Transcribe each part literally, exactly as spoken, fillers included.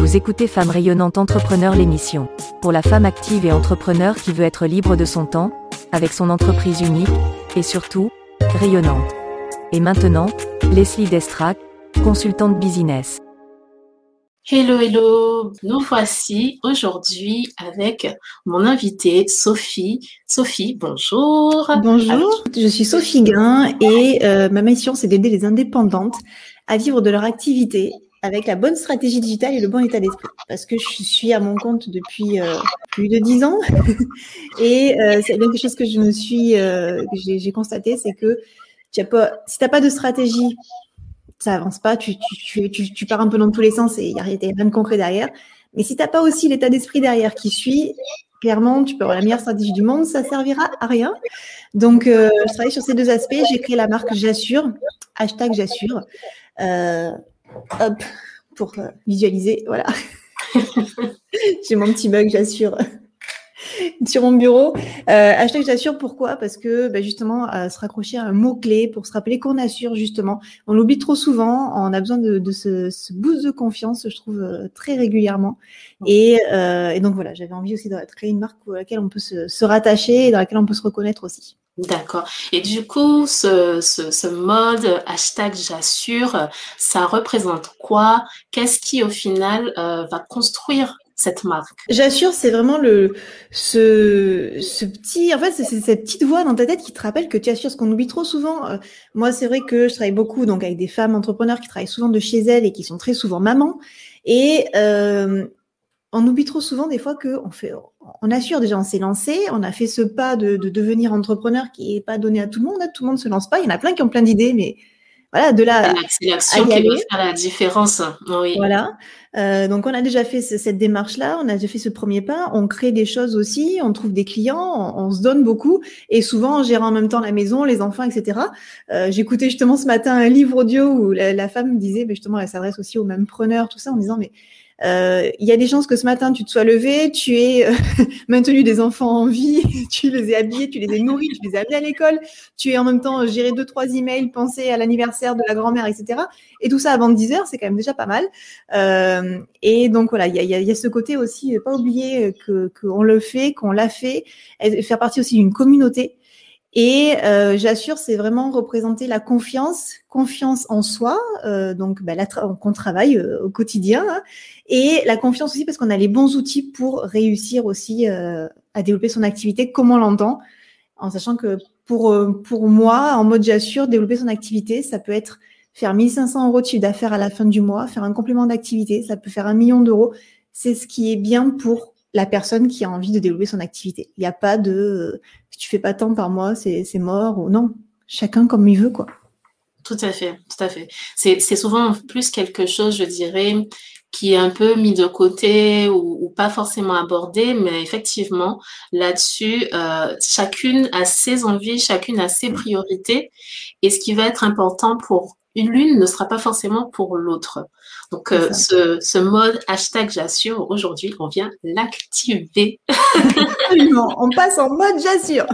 Vous écoutez Femmes rayonnantes entrepreneurs, l'émission pour la femme active et entrepreneur qui veut être libre de son temps, avec son entreprise unique, et surtout, rayonnante. Et maintenant, Leslie Destrac, consultante business. Hello, hello, nous voici aujourd'hui avec mon invitée Sophie. Sophie, bonjour. Bonjour, Alors, je suis Sophie Guin et euh, ma mission c'est d'aider les indépendantes à vivre de leur activité avec la bonne stratégie digitale et le bon état d'esprit. Parce que je suis à mon compte depuis euh, plus de dix ans et euh, c'est bien quelque chose que je me suis, euh, que j'ai, j'ai constaté, c'est que tu as pas, si t'as pas de stratégie, ça avance pas, tu, tu, tu, tu pars un peu dans tous les sens et il n'y a rien de concret derrière. Mais si tu n'as pas aussi l'état d'esprit derrière qui suit, clairement, tu peux avoir la meilleure stratégie du monde, ça servira à rien. Donc, euh, je travaille sur ces deux aspects. J'ai créé la marque J'assure, hashtag J'assure, euh, hop, pour euh, visualiser, voilà. J'ai mon petit mug, J'assure. Sur mon bureau, euh, hashtag j'assure, pourquoi ? Parce que bah, justement, euh, se raccrocher à un mot-clé pour se rappeler qu'on assure justement. On l'oublie trop souvent, on a besoin de, de ce, ce boost de confiance, je trouve, euh, très régulièrement. Et, euh, et donc voilà, j'avais envie aussi de créer une marque à laquelle on peut se, se rattacher et dans laquelle on peut se reconnaître aussi. D'accord. Et du coup, ce, ce, ce mode hashtag j'assure, ça représente quoi ? Qu'est-ce qui au final euh, va construire cette marque? J'assure, c'est vraiment le ce ce petit, en fait, c'est, c'est cette petite voix dans ta tête qui te rappelle que tu assures. Ce qu'on oublie trop souvent. Euh, moi, c'est vrai que je travaille beaucoup donc avec des femmes entrepreneurs qui travaillent souvent de chez elles et qui sont très souvent mamans. Et euh, on oublie trop souvent des fois que on fait, on assure déjà, on s'est lancé, on a fait ce pas de, de devenir entrepreneur qui est pas donné à tout le monde. Hein, tout le monde se lance pas. Il y en a plein qui ont plein d'idées, mais voilà, de là c'est l'action qui va faire la différence. Oui. Voilà. Euh, donc, on a déjà fait ce, cette démarche-là, on a déjà fait ce premier pas, on crée des choses aussi, on trouve des clients, on, on se donne beaucoup et souvent en gérant en même temps la maison, les enfants, et cetera. Euh, j'écoutais justement ce matin un livre audio où la, la femme me disait, mais justement, elle s'adresse aussi aux mêmes preneurs, tout ça, en disant, mais Euh, il y a des chances que ce matin tu te sois levé, tu aies euh, maintenu des enfants en vie, tu les ai habillés, tu les ai nourris, tu les as amenés à l'école, tu es en même temps géré deux trois emails, pensé à l'anniversaire de la grand-mère, et cetera. Et tout ça avant dix heures, c'est quand même déjà pas mal. Euh, et donc voilà, il y a, y, a, y a ce côté aussi, pas oublier que qu'on le fait, qu'on l'a fait, et faire partie aussi d'une communauté. Et euh, j'assure, c'est vraiment représenter la confiance, confiance en soi, euh, donc bah, la tra- qu'on travaille euh, au quotidien, hein, et la confiance aussi parce qu'on a les bons outils pour réussir aussi euh, à développer son activité comme on l'entend, en sachant que pour euh, pour moi, en mode j'assure, développer son activité, ça peut être faire mille cinq cents euros de chiffre d'affaires à la fin du mois, faire un complément d'activité, ça peut faire un million d'euros. C'est ce qui est bien pour la personne qui a envie de développer son activité. Il n'y a pas de euh, si tu fais pas tant par mois, c'est, c'est mort ou non. Chacun comme il veut, quoi. Tout à fait, tout à fait. C'est, c'est souvent plus quelque chose, je dirais, qui est un peu mis de côté ou, ou pas forcément abordé, mais effectivement, là-dessus, euh, chacune a ses envies, chacune a ses priorités, et ce qui va être important pour l'une ne sera pas forcément pour l'autre. Donc, euh, ce, ce mode hashtag j'assure, aujourd'hui, on vient l'activer. Absolument, on passe en mode j'assure.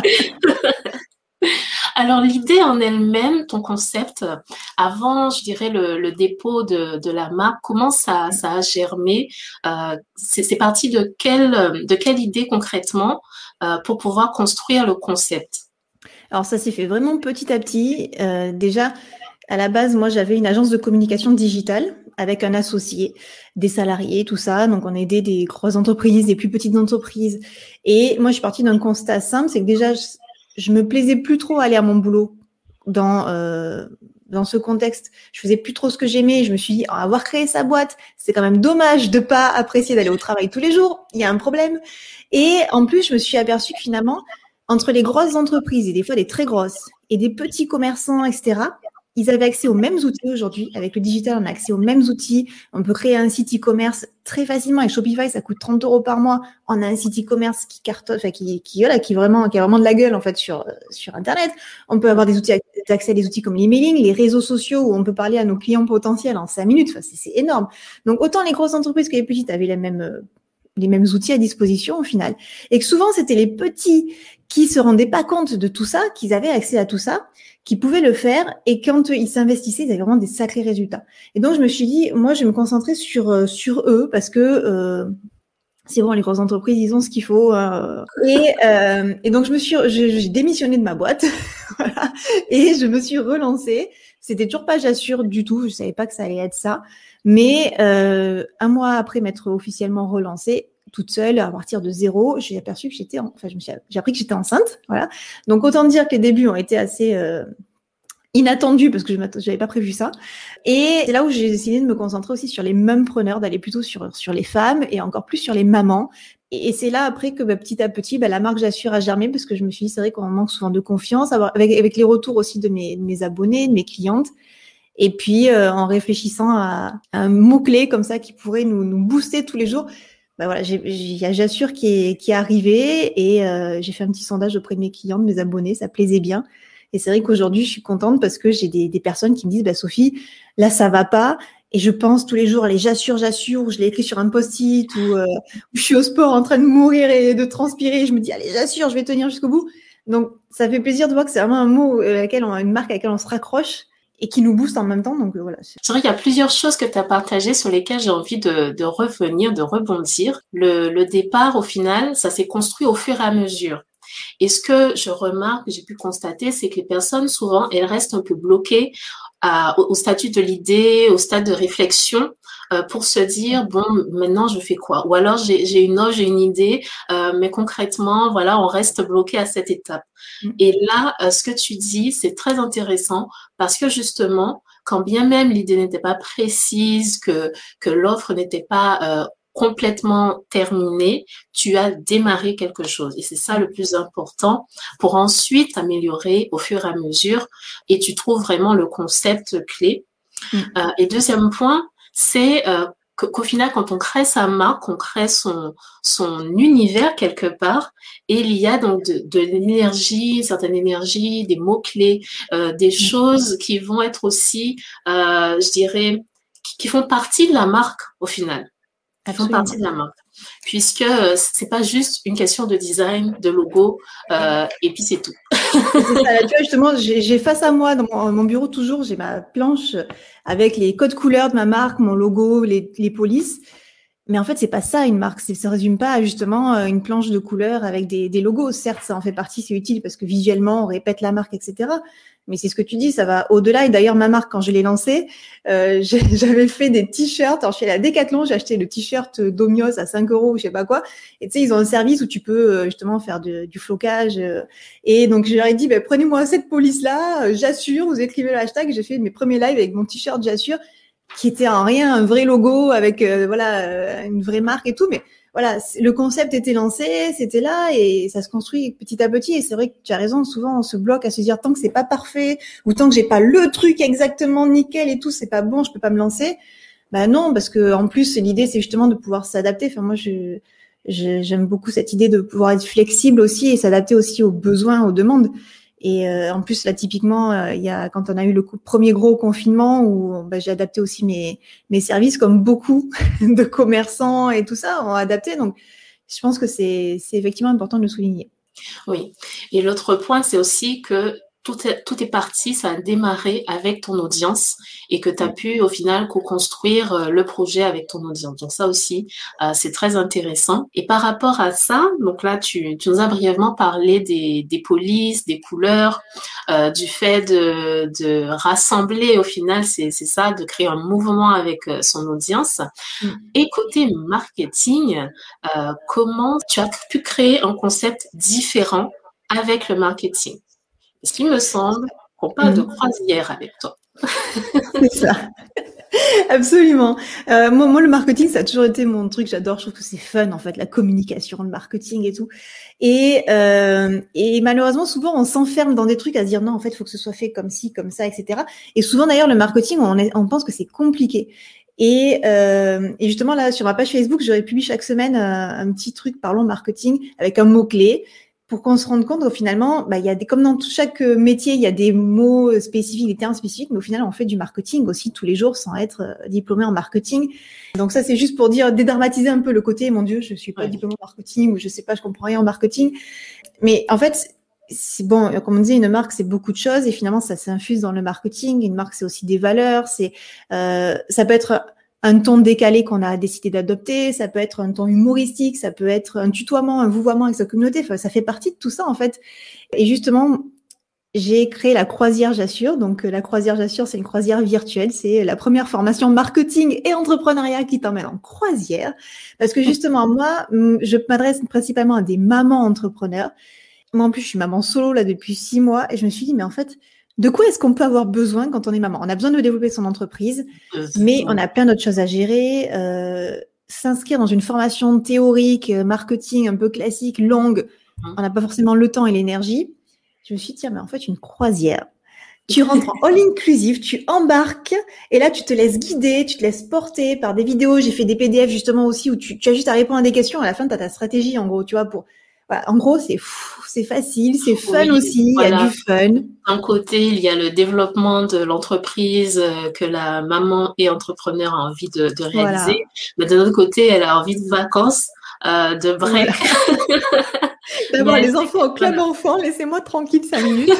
Alors, l'idée en elle-même, ton concept, avant, je dirais, le, le dépôt de, de la marque, comment ça, ça a germé euh, c'est, c'est parti de quelle, de quelle idée concrètement euh, pour pouvoir construire le concept? Alors, ça s'est fait vraiment petit à petit. Euh, déjà, à la base, moi, j'avais une agence de communication digitale avec un associé, des salariés, tout ça. Donc, on aidait des grosses entreprises, des plus petites entreprises. Et moi, je suis partie d'un constat simple, c'est que déjà, je, je me plaisais plus trop à aller à mon boulot dans euh, dans ce contexte. Je faisais plus trop ce que j'aimais. Je me suis dit, oh, avoir créé sa boîte, c'est quand même dommage de pas apprécier d'aller au travail tous les jours. Il y a un problème. Et en plus, je me suis aperçue que finalement, entre les grosses entreprises et des fois les très grosses et des petits commerçants, et cetera, ils avaient accès aux mêmes outils aujourd'hui. Avec le digital, on a accès aux mêmes outils. On peut créer un site e-commerce très facilement. Avec Shopify, ça coûte trente euros par mois. On a un site e-commerce qui cartonne, enfin, qui, qui, voilà, qui vraiment, qui a vraiment de la gueule, en fait, sur, sur Internet. On peut avoir des outils, accès à des outils comme l'emailing, les réseaux sociaux où on peut parler à nos clients potentiels en cinq minutes. Enfin, c'est, c'est énorme. Donc, autant les grosses entreprises que les petites avaient les mêmes, les mêmes outils à disposition au final. Et que souvent, c'était les petits qui se rendaient pas compte de tout ça, qu'ils avaient accès à tout ça, qui pouvaient le faire. Et quand ils s'investissaient, ils avaient vraiment des sacrés résultats. Et donc, je me suis dit, moi, je vais me concentrer sur, sur eux parce que euh, c'est bon, les grosses entreprises, ils ont ce qu'il faut. Euh, et, euh, et donc, je me suis, je, j'ai démissionné de ma boîte, voilà, et je me suis relancée. C'était toujours pas j'assure du tout. Je savais pas que ça allait être ça. Mais euh, un mois après m'être officiellement relancée, toute seule, à partir de zéro, j'ai aperçu que j'étais, en... enfin, je me suis, j'ai appris que j'étais enceinte. Voilà. Donc, autant dire que les débuts ont été assez euh, inattendus parce que je n'avais pas prévu ça. Et c'est là où j'ai décidé de me concentrer aussi sur les mumpreneurs, d'aller plutôt sur sur les femmes et encore plus sur les mamans. Et c'est là après que bah, petit à petit, bah, la marque J'assure a germé parce que je me suis dit c'est vrai qu'on manque souvent de confiance, avec avec les retours aussi de mes de mes abonnés, de mes clientes. Et puis euh, en réfléchissant à, à un mot clé comme ça qui pourrait nous nous booster tous les jours. Bah voilà, j'ai il y a J'assure qui est qui est arrivé et euh, j'ai fait un petit sondage auprès de mes clients, de mes abonnés, ça plaisait bien. Et c'est vrai qu'aujourd'hui, je suis contente parce que j'ai des, des personnes qui me disent, bah, Sophie, là, ça va pas. Et je pense tous les jours, allez, j'assure, j'assure, ou je l'ai écrit sur un post-it, ou euh, je suis au sport en train de mourir et de transpirer. Et je me dis, allez, j'assure, je vais tenir jusqu'au bout. Donc, ça fait plaisir de voir que c'est vraiment un mot à laquelle on a une marque à laquelle on se raccroche et qui nous booste en même temps. Donc, euh, voilà. C'est vrai qu'il y a plusieurs choses que tu as partagées sur lesquelles j'ai envie de, de revenir, de rebondir. Le, le départ, au final, ça s'est construit au fur et à mesure. Et ce que je remarque, que j'ai pu constater, c'est que les personnes, souvent, elles restent un peu bloquées à, au, au statut de l'idée, au stade de réflexion, euh, pour se dire, bon, maintenant, je fais quoi? Ou alors, j'ai, j'ai une offre, j'ai une idée, euh, mais concrètement, voilà, on reste bloqué à cette étape. Mmh. Et là, euh, ce que tu dis, c'est très intéressant parce que justement, quand bien même l'idée n'était pas précise, que, que l'offre n'était pas euh, complètement terminé, tu as démarré quelque chose. Et c'est ça le plus important pour ensuite améliorer au fur et à mesure et tu trouves vraiment le concept clé. Mmh. Euh, et deuxième point, c'est euh, qu'au final, quand on crée sa marque, on crée son, son univers quelque part et il y a donc de, de l'énergie, une certaine énergie, des mots-clés, euh, des mmh. choses qui vont être aussi, euh, je dirais, qui, qui font partie de la marque au final. Qui font partie de la marque, puisque euh, c'est pas juste une question de design, de logo, euh, et puis c'est tout. C'est ça, tu vois, justement, j'ai, j'ai face à moi, dans mon, mon bureau toujours, j'ai ma planche avec les codes couleurs de ma marque, mon logo, les, les polices. Mais en fait, c'est pas ça une marque. C'est, ça résume pas à justement une planche de couleurs avec des, des logos. Certes, ça en fait partie, c'est utile parce que visuellement, on répète la marque, et cetera. Mais c'est ce que tu dis, ça va au-delà. Et d'ailleurs, ma marque, quand je l'ai lancée, euh, j'avais fait des t-shirts. Alors, je suis allée à Decathlon, j'ai acheté le t-shirt Domios à cinq euros ou je sais pas quoi. Et tu sais, ils ont un service où tu peux justement faire de, du flocage. Et donc, je leur ai dit, ben, prenez-moi cette police-là, j'assure, vous écrivez le hashtag. J'ai fait mes premiers lives avec mon t-shirt J'assure, qui était en rien un vrai logo avec euh, voilà euh, une vraie marque et tout, mais voilà, le concept était lancé, c'était là et ça se construit petit à petit. Et c'est vrai que tu as raison, souvent on se bloque à se dire tant que c'est pas parfait ou tant que j'ai pas le truc exactement nickel et tout, c'est pas bon, je peux pas me lancer. Bah non, parce que en plus l'idée c'est justement de pouvoir s'adapter. Enfin moi je, je j'aime beaucoup cette idée de pouvoir être flexible aussi et s'adapter aussi aux besoins, aux demandes. Et euh, en plus là typiquement euh, il y a quand on a eu le premier gros confinement où bah, j'ai adapté aussi mes mes services comme beaucoup de commerçants et tout ça ont adapté, donc je pense que c'est c'est effectivement important de le souligner. Oui, et l'autre point c'est aussi que tout est, tout est parti, ça a démarré avec ton audience et que tu as pu au final co-construire le projet avec ton audience. Donc ça aussi, euh, c'est très intéressant. Et par rapport à ça, donc là, tu, tu nous as brièvement parlé des, des polices, des couleurs, euh, du fait de, de rassembler au final, c'est, c'est ça, de créer un mouvement avec son audience. Mm. Et côté marketing, euh, comment tu as pu créer un concept différent avec le marketing? Parce qu'il me semble qu'on parle mmh. de croisière avec toi. C'est ça. Absolument. Euh, moi, moi, le marketing, ça a toujours été mon truc. J'adore. Je trouve que c'est fun, en fait, la communication, le marketing et tout. Et, euh, et malheureusement, souvent, on s'enferme dans des trucs à se dire non, en fait, il faut que ce soit fait comme ci, comme ça, et cetera. Et souvent, d'ailleurs, le marketing, on, est, on pense que c'est compliqué. Et, euh, et justement, là, sur ma page Facebook, je republie chaque semaine euh, un petit truc, parlons marketing, avec un mot-clé. pour qu'on se rende compte que finalement, bah, il y a des, comme dans chaque métier, il y a des mots spécifiques, des termes spécifiques, mais au final, on fait du marketing aussi tous les jours sans être diplômé en marketing. Donc ça, c'est juste pour dire, dédramatiser un peu le côté, mon Dieu, je suis pas ouais. diplômé en marketing, ou je sais pas, je comprends rien en marketing. Mais en fait, c'est bon, comme on disait, une marque, c'est beaucoup de choses, et finalement, ça s'infuse dans le marketing. Une marque, c'est aussi des valeurs, c'est, euh, ça peut être un ton décalé qu'on a décidé d'adopter, ça peut être un ton humoristique, ça peut être un tutoiement, un vouvoiement avec sa communauté, enfin, ça fait partie de tout ça en fait. Et justement, j'ai créé la croisière J'assure. Donc la croisière J'assure, c'est une croisière virtuelle, c'est la première formation marketing et entrepreneuriat qui t'emmène en croisière, parce que justement moi, je m'adresse principalement à des mamans entrepreneurs. Moi en plus, je suis maman solo là depuis six mois, et je me suis dit mais en fait, de quoi est-ce qu'on peut avoir besoin quand on est maman ? On a besoin de développer son entreprise, mais on a plein d'autres choses à gérer. Euh, s'inscrire dans une formation théorique, marketing un peu classique, longue, on n'a pas forcément le temps et l'énergie. Je me suis dit, tiens, mais en fait, une croisière. Tu rentres en all-inclusive, tu embarques, et là, tu te laisses guider, tu te laisses porter par des vidéos. J'ai fait des P D F justement aussi où tu, tu as juste à répondre à des questions. À la fin, tu as ta stratégie, en gros, tu vois, pour... Voilà, en gros, c'est fou, c'est facile, c'est fun oui, aussi, voilà. Il y a du fun. D'un côté, il y a le développement de l'entreprise euh, que la maman et entrepreneur a envie de, de réaliser. Voilà. Mais d'un autre côté, elle a envie de vacances, euh, de break. Voilà. D'abord, les enfants au club voilà. Enfants, laissez-moi tranquille cinq minutes.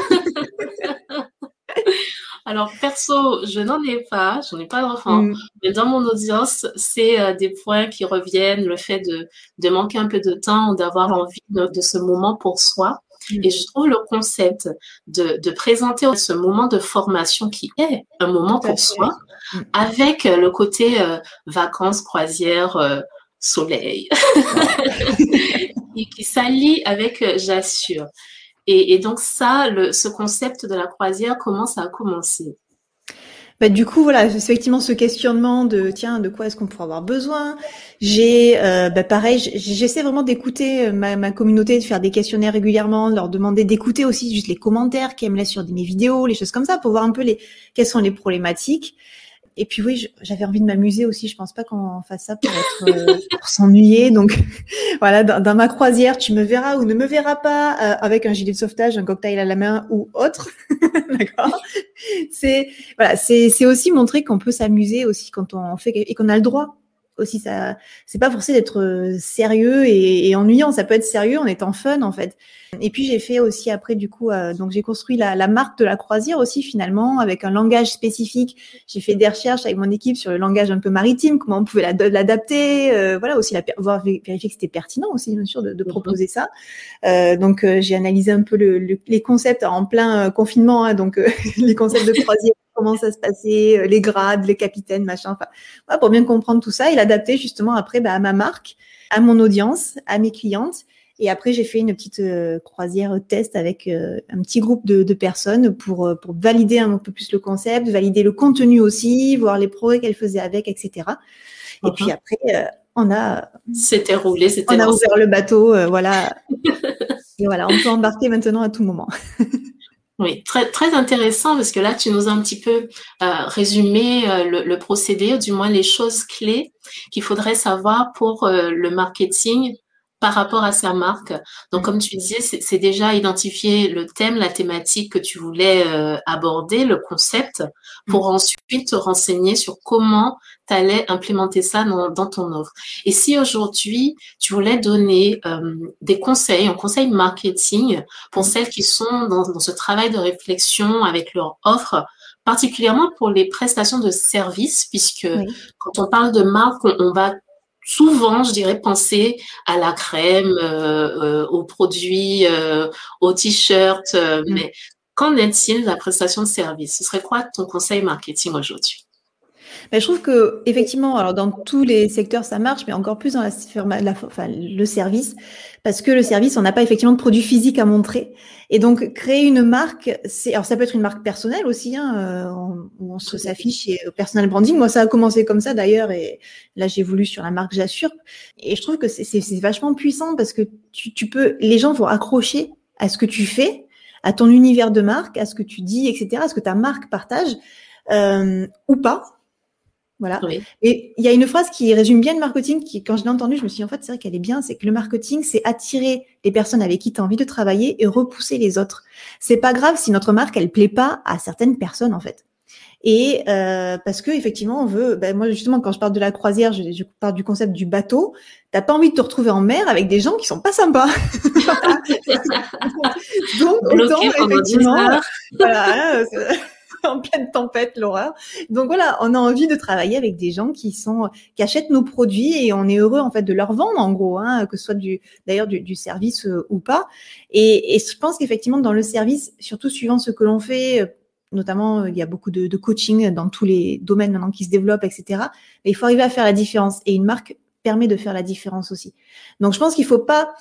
Alors, perso, je n'en ai pas, je n'ai pas d'enfants, mm. mais dans mon audience, c'est euh, des points qui reviennent, le fait de, de manquer un peu de temps ou d'avoir envie de, de ce moment pour soi. Mm. Et je trouve le concept de, de présenter ce moment de formation qui est un moment pour soi, mm. avec le côté euh, vacances, croisière, euh, soleil, qui, qui s'allie avec euh, J'assure. Et, et donc ça, le, ce concept de la croisière, comment ça a commencé ? Bah, du coup, voilà, c'est effectivement ce questionnement de tiens, de quoi est-ce qu'on pourrait avoir besoin ? J'ai, euh, bah, pareil, j'essaie vraiment d'écouter ma, ma communauté, de faire des questionnaires régulièrement, de leur demander d'écouter aussi juste les commentaires qu'elles me laissent sur mes vidéos, les choses comme ça, pour voir un peu les quelles sont les problématiques. Et puis oui, je, j'avais envie de m'amuser aussi. Je pense pas qu'on fasse ça pour être euh, pour s'ennuyer. Donc voilà, dans, dans ma croisière, tu me verras ou ne me verras pas euh, avec un gilet de sauvetage, un cocktail à la main ou autre. D'accord. C'est voilà, c'est c'est aussi montrer qu'on peut s'amuser aussi quand on fait et qu'on a le droit. Aussi, ça, c'est pas forcé d'être sérieux et, et ennuyant. Ça peut être sérieux en étant fun, en fait. Et puis, j'ai fait aussi après, du coup, euh, donc j'ai construit la, la marque de la croisière aussi, finalement, avec un langage spécifique. J'ai fait des recherches avec mon équipe sur le langage un peu maritime, comment on pouvait la, l'adapter, euh, voilà, aussi la, voir, vérifier que c'était pertinent aussi, bien sûr, de, de proposer ça. Euh, donc, euh, j'ai analysé un peu le, le, les concepts en plein euh, confinement, hein, donc euh, les concepts de croisière. Comment ça se passait, les grades, les capitaines, machin, enfin, voilà, pour bien comprendre tout ça et l'adapter justement après bah, à ma marque, à mon audience, à mes clientes. Et après, j'ai fait une petite euh, croisière test avec euh, un petit groupe de, de personnes pour, euh, pour valider un peu plus le concept, valider le contenu aussi, voir les progrès qu'elles faisaient avec, et cetera. Et uh-huh. puis après, euh, on a... C'était roulé, c'était On a ouvert le bateau, euh, voilà. Et voilà, on peut embarquer maintenant à tout moment. Oui, très très intéressant parce que là tu nous as un petit peu euh, résumé euh, le, le procédé, ou du moins les choses clés qu'il faudrait savoir pour euh, le marketing par rapport à sa marque. Donc comme tu disais, c'est, c'est déjà identifier le thème, la thématique que tu voulais euh, aborder, le concept, pour mmh. ensuite te renseigner sur comment tu allais implémenter ça dans, dans ton offre. Et si aujourd'hui tu voulais donner euh, des conseils, un conseil marketing pour celles qui sont dans, dans ce travail de réflexion avec leur offre, particulièrement pour les prestations de services, puisque oui. quand on parle de marque, on, on va souvent, je dirais, penser à la crème, euh, euh, aux produits, euh, aux t-shirts, euh, mmh. mais qu'en est-il de la prestation de service ? Ce serait quoi ton conseil marketing aujourd'hui ? Ben, je trouve que effectivement, alors dans tous les secteurs ça marche, mais encore plus dans la, la enfin, le service, parce que le service, on n'a pas effectivement de produit physique à montrer, et donc créer une marque, c'est alors ça peut être une marque personnelle aussi, hein, euh, on, on se s'affiche et au personal branding. Moi, ça a commencé comme ça d'ailleurs, et là j'ai voulu sur la marque J'assure, et je trouve que c'est, c'est, c'est vachement puissant parce que tu, tu peux, les gens vont accrocher à ce que tu fais, à ton univers de marque, à ce que tu dis, et cetera, à ce que ta marque partage euh, ou pas. Voilà. Oui. Et il y a une phrase qui résume bien le marketing, qui, quand je l'ai entendue, je me suis dit, en fait, c'est vrai qu'elle est bien, c'est que le marketing, c'est attirer les personnes avec qui tu as envie de travailler et repousser les autres. C'est pas grave si notre marque, elle plaît pas à certaines personnes, en fait. Et euh, parce que effectivement, on veut. Ben moi, justement, quand je parle de la croisière, je, je parle du concept du bateau. T'as pas envie de te retrouver en mer avec des gens qui sont pas sympas. Donc autant effectivement, voilà, en pleine tempête, l'horreur. Donc voilà, on a envie de travailler avec des gens qui sont qui achètent nos produits et on est heureux en fait de leur vendre en gros, hein, que ce soit du d'ailleurs du, du service euh, ou pas. Et, et je pense qu'effectivement dans le service, surtout suivant ce que l'on fait. Notamment, il y a beaucoup de, de coaching dans tous les domaines maintenant qui se développent, et cetera. Mais il faut arriver à faire la différence. Et une marque permet de faire la différence aussi. Donc, je pense qu'il faut pas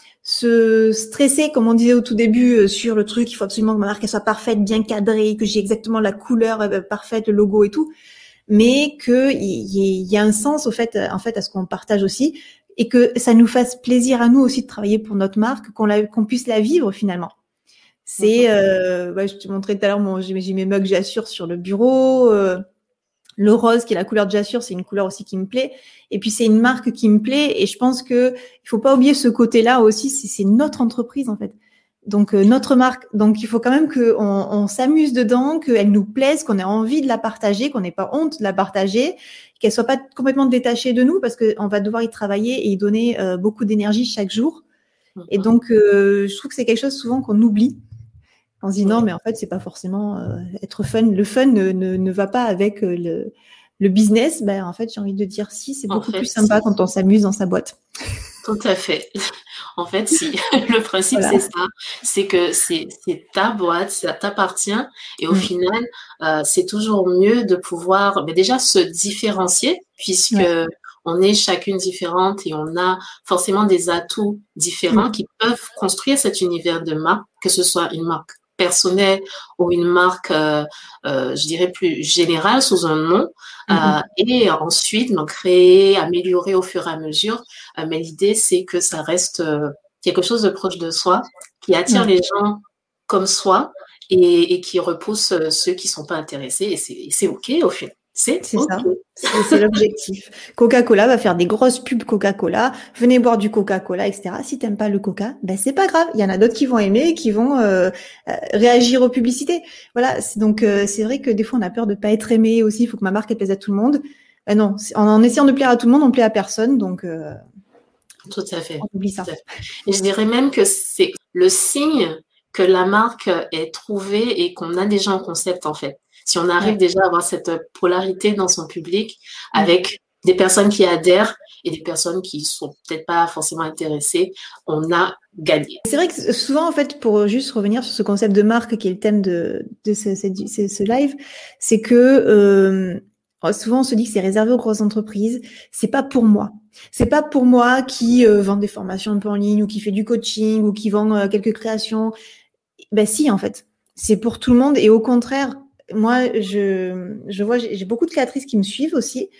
se stresser, comme on disait au tout début, sur le truc. Il faut absolument que ma marque elle soit parfaite, bien cadrée, que j'ai exactement la couleur euh, parfaite, le logo et tout. Mais que il y, y a un sens au fait, en fait, à ce qu'on partage aussi, et que ça nous fasse plaisir à nous aussi de travailler pour notre marque, qu'on la, qu'on puisse la vivre finalement. C'est, euh, ouais, je te montrais tout à l'heure, mon, j'ai, j'ai mes mugs J'assure sur le bureau. Euh, le rose, qui est la couleur de J'assure, c'est une couleur aussi qui me plaît. Et puis, c'est une marque qui me plaît. Et je pense que il faut pas oublier ce côté-là aussi. C'est, c'est notre entreprise, en fait. Donc, euh, notre marque. Donc, il faut quand même qu'on on s'amuse dedans, qu'elle nous plaise, qu'on ait envie de la partager, qu'on n'ait pas honte de la partager, qu'elle soit pas complètement détachée de nous parce qu'on va devoir y travailler et y donner euh, beaucoup d'énergie chaque jour. Et donc, euh, je trouve que c'est quelque chose souvent qu'on oublie. On se dit non, mais en fait, c'est pas forcément euh, être fun. Le fun ne, ne, ne va pas avec euh, le, le business. Ben, en fait, j'ai envie de dire si, c'est beaucoup en fait, plus sympa si. Quand on s'amuse dans sa boîte. Tout à fait. En fait, si. Le principe, voilà. C'est ça. C'est que c'est, c'est ta boîte, ça t'appartient. Et au mmh. final, euh, c'est toujours mieux de pouvoir ben, déjà se différencier puisque ouais. on est chacune différente et on a forcément des atouts différents mmh. qui peuvent construire cet univers de marque, que ce soit une marque personnelle ou une marque, euh, euh, je dirais plus générale sous un nom, mmh. euh, et ensuite donc, créer, améliorer au fur et à mesure. Euh, mais l'idée, c'est que ça reste euh, quelque chose de proche de soi, qui attire mmh. les gens comme soi et, et qui repousse euh, ceux qui ne sont pas intéressés. Et c'est, et c'est OK au final. C'est, c'est okay. ça, c'est, c'est l'objectif. Coca-Cola va faire des grosses pubs Coca-Cola, venez boire du Coca-Cola, et cetera. Si t'aimes pas le Coca, ben c'est pas grave. Il y en a d'autres qui vont aimer, qui vont euh, euh, réagir aux publicités. Voilà. C'est, donc euh, c'est vrai que des fois on a peur de pas être aimé aussi. Il faut que ma marque elle plaise à tout le monde. Ben non, en, en essayant de plaire à tout le monde, on plaît à personne. Donc euh, tout à fait. On oublie ça. Tout à fait. Et je dirais même que c'est le signe que la marque est trouvée et qu'on a déjà un concept en fait. Si on arrive ouais. déjà à avoir cette polarité dans son public avec mmh. des personnes qui adhèrent et des personnes qui sont peut-être pas forcément intéressées, on a gagné. C'est vrai que souvent, en fait, pour juste revenir sur ce concept de marque qui est le thème de, de ce, ce, ce live, c'est que euh, souvent on se dit que c'est réservé aux grosses entreprises. C'est pas pour moi. C'est pas pour moi qui euh, vend des formations un peu en ligne ou qui fait du coaching ou qui vend euh, quelques créations. Ben si, en fait, c'est pour tout le monde et au contraire. Moi, je, je vois, j'ai, j'ai beaucoup de créatrices qui me suivent aussi.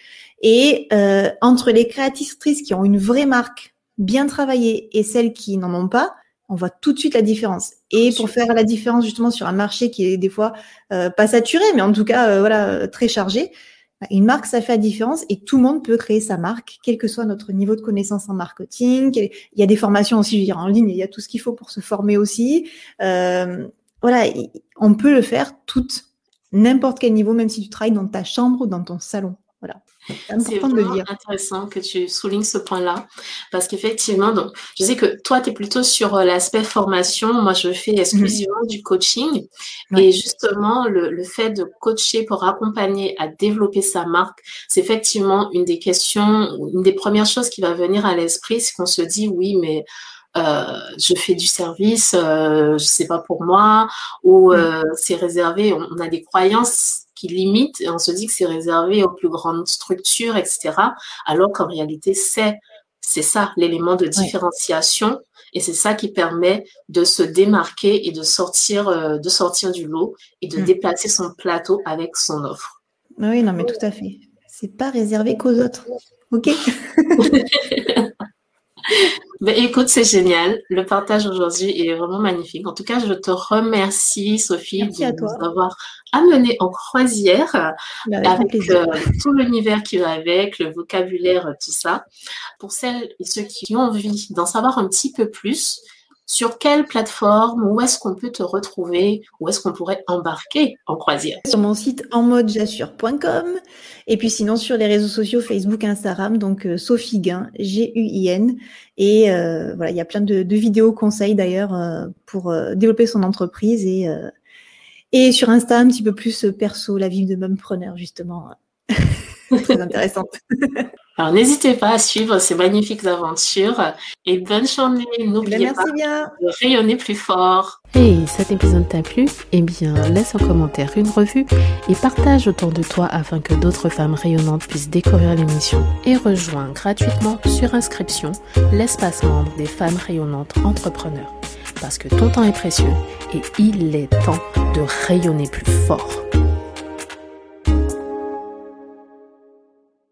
Et euh, entre les créatrices qui ont une vraie marque bien travaillée et celles qui n'en ont pas, on voit tout de suite la différence. Et pour faire la différence justement sur un marché qui est des fois euh, pas saturé, mais en tout cas euh, voilà très chargé, une marque, ça fait la différence et tout le monde peut créer sa marque, quel que soit notre niveau de connaissance en marketing. Il y a des formations aussi, je veux dire, en ligne, il y a tout ce qu'il faut pour se former aussi. Euh, voilà, on peut le faire toutes. N'importe quel niveau, même si tu travailles dans ta chambre ou dans ton salon. Voilà. C'est important de le dire. C'est intéressant que tu soulignes ce point-là. Parce qu'effectivement, donc, je sais que toi, tu es plutôt sur l'aspect formation. Moi, je fais exclusivement mmh. du coaching. Ouais. Et justement, le, le fait de coacher pour accompagner à développer sa marque, c'est effectivement une des questions, une des premières choses qui va venir à l'esprit, c'est qu'on se dit, oui, mais Euh, je fais du service, euh, je sais pas pour moi, ou euh, c'est réservé. On, on a des croyances qui limitent et on se dit que c'est réservé aux plus grandes structures, et cetera. Alors qu'en réalité, c'est c'est ça l'élément de différenciation ouais. et c'est ça qui permet de se démarquer et de sortir euh, de sortir du lot et de mmh. déplacer son plateau avec son offre. Oui, non, mais tout à fait. C'est pas réservé qu'aux autres. Ok. Ben, écoute, c'est génial. Le partage aujourd'hui est vraiment magnifique. En tout cas, je te remercie, Sophie, Merci de à nous toi. avoir amené en croisière Bah, avec grand avec plaisir. euh, tout l'univers qui va avec, le vocabulaire, tout ça. Pour celles et ceux qui ont envie d'en savoir un petit peu plus, sur quelle plateforme, où est-ce qu'on peut te retrouver, où est-ce qu'on pourrait embarquer en croisière? Sur mon site en mode jassure point com et puis sinon sur les réseaux sociaux Facebook, Instagram, donc euh, Sophie Guin, G U I N. Et euh, voilà, il y a plein de, de vidéos conseils d'ailleurs euh, pour euh, développer son entreprise et, euh, et sur Insta un petit peu plus euh, perso, la vie de mompreneur justement. Très intéressante. Alors, n'hésitez pas à suivre ces magnifiques aventures et bonne journée. N'oubliez Ben, pas merci bien. de rayonner plus fort. Et cet épisode t'a plu? Eh bien, laisse un commentaire, une revue et partage autour de toi afin que d'autres femmes rayonnantes puissent découvrir l'émission. Et rejoins gratuitement sur inscription l'espace membre des femmes rayonnantes entrepreneurs. Parce que ton temps est précieux et il est temps de rayonner plus fort.